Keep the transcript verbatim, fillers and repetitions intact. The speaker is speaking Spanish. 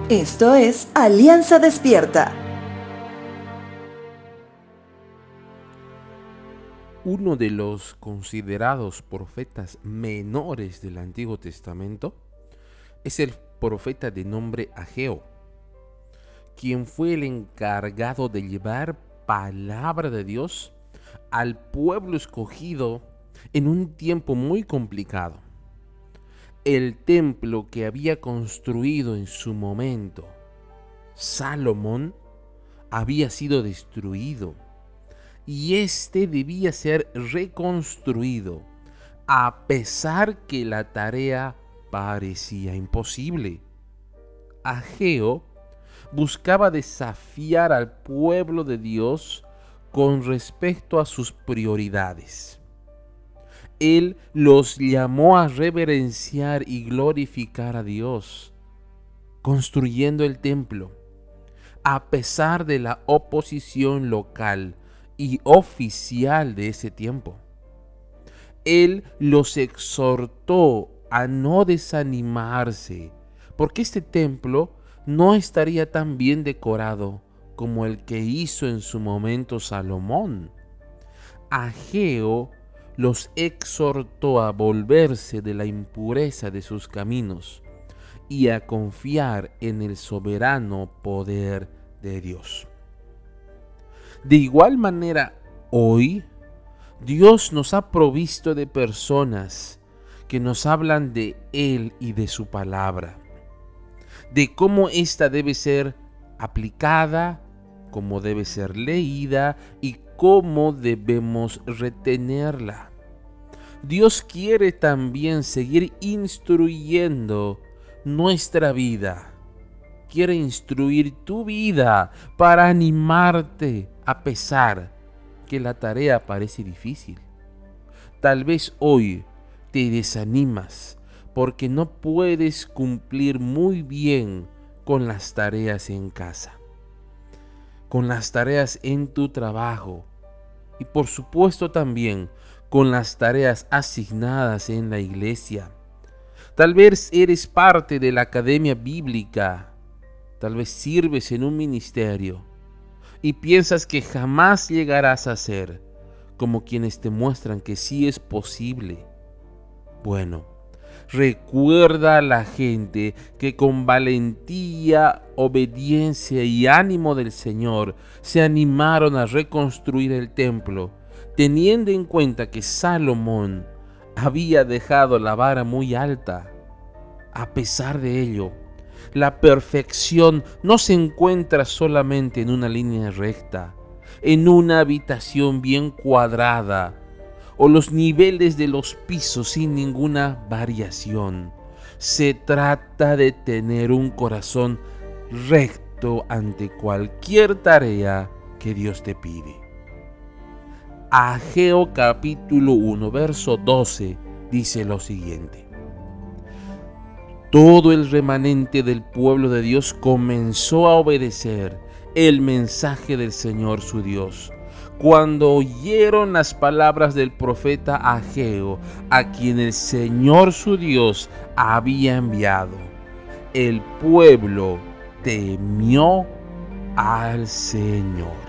Esto es Alianza Despierta. Uno de los considerados profetas menores del Antiguo Testamento es el profeta de nombre Ageo, quien fue el encargado de llevar palabra de Dios al pueblo escogido en un tiempo muy complicado. El templo que había construido en su momento Salomón había sido destruido y este debía ser reconstruido, a pesar que la tarea parecía imposible. Ageo buscaba desafiar al pueblo de Dios con respecto a sus prioridades. Él los llamó a reverenciar y glorificar a Dios, construyendo el templo, a pesar de la oposición local y oficial de ese tiempo. Él los exhortó a no desanimarse, porque este templo no estaría tan bien decorado como el que hizo en su momento Salomón. Ageo los exhortó a volverse de la impureza de sus caminos y a confiar en el soberano poder de Dios. De igual manera, hoy, Dios nos ha provisto de personas que nos hablan de Él y de su palabra, de cómo ésta debe ser aplicada, cómo debe ser leída y cómo debemos retenerla. Dios quiere también seguir instruyendo nuestra vida. Quiere instruir tu vida para animarte a pesar que la tarea parece difícil. Tal vez hoy te desanimas porque no puedes cumplir muy bien con las tareas en casa, con las tareas en tu trabajo y por supuesto también con las tareas asignadas en la iglesia. Tal vez eres parte de la academia bíblica, tal vez sirves en un ministerio y piensas que jamás llegarás a ser como quienes te muestran que sí es posible. Bueno, recuerda a la gente que con valentía, obediencia y ánimo del Señor se animaron a reconstruir el templo, teniendo en cuenta que Salomón había dejado la vara muy alta. A pesar de ello, la perfección no se encuentra solamente en una línea recta, en una habitación bien cuadrada o los niveles de los pisos sin ninguna variación. Se trata de tener un corazón recto ante cualquier tarea que Dios te pide. Ageo capítulo uno, verso doce dice lo siguiente: todo el remanente del pueblo de Dios comenzó a obedecer el mensaje del Señor su Dios, cuando oyeron las palabras del profeta Ageo, a quien el Señor su Dios había enviado. El pueblo temió al Señor.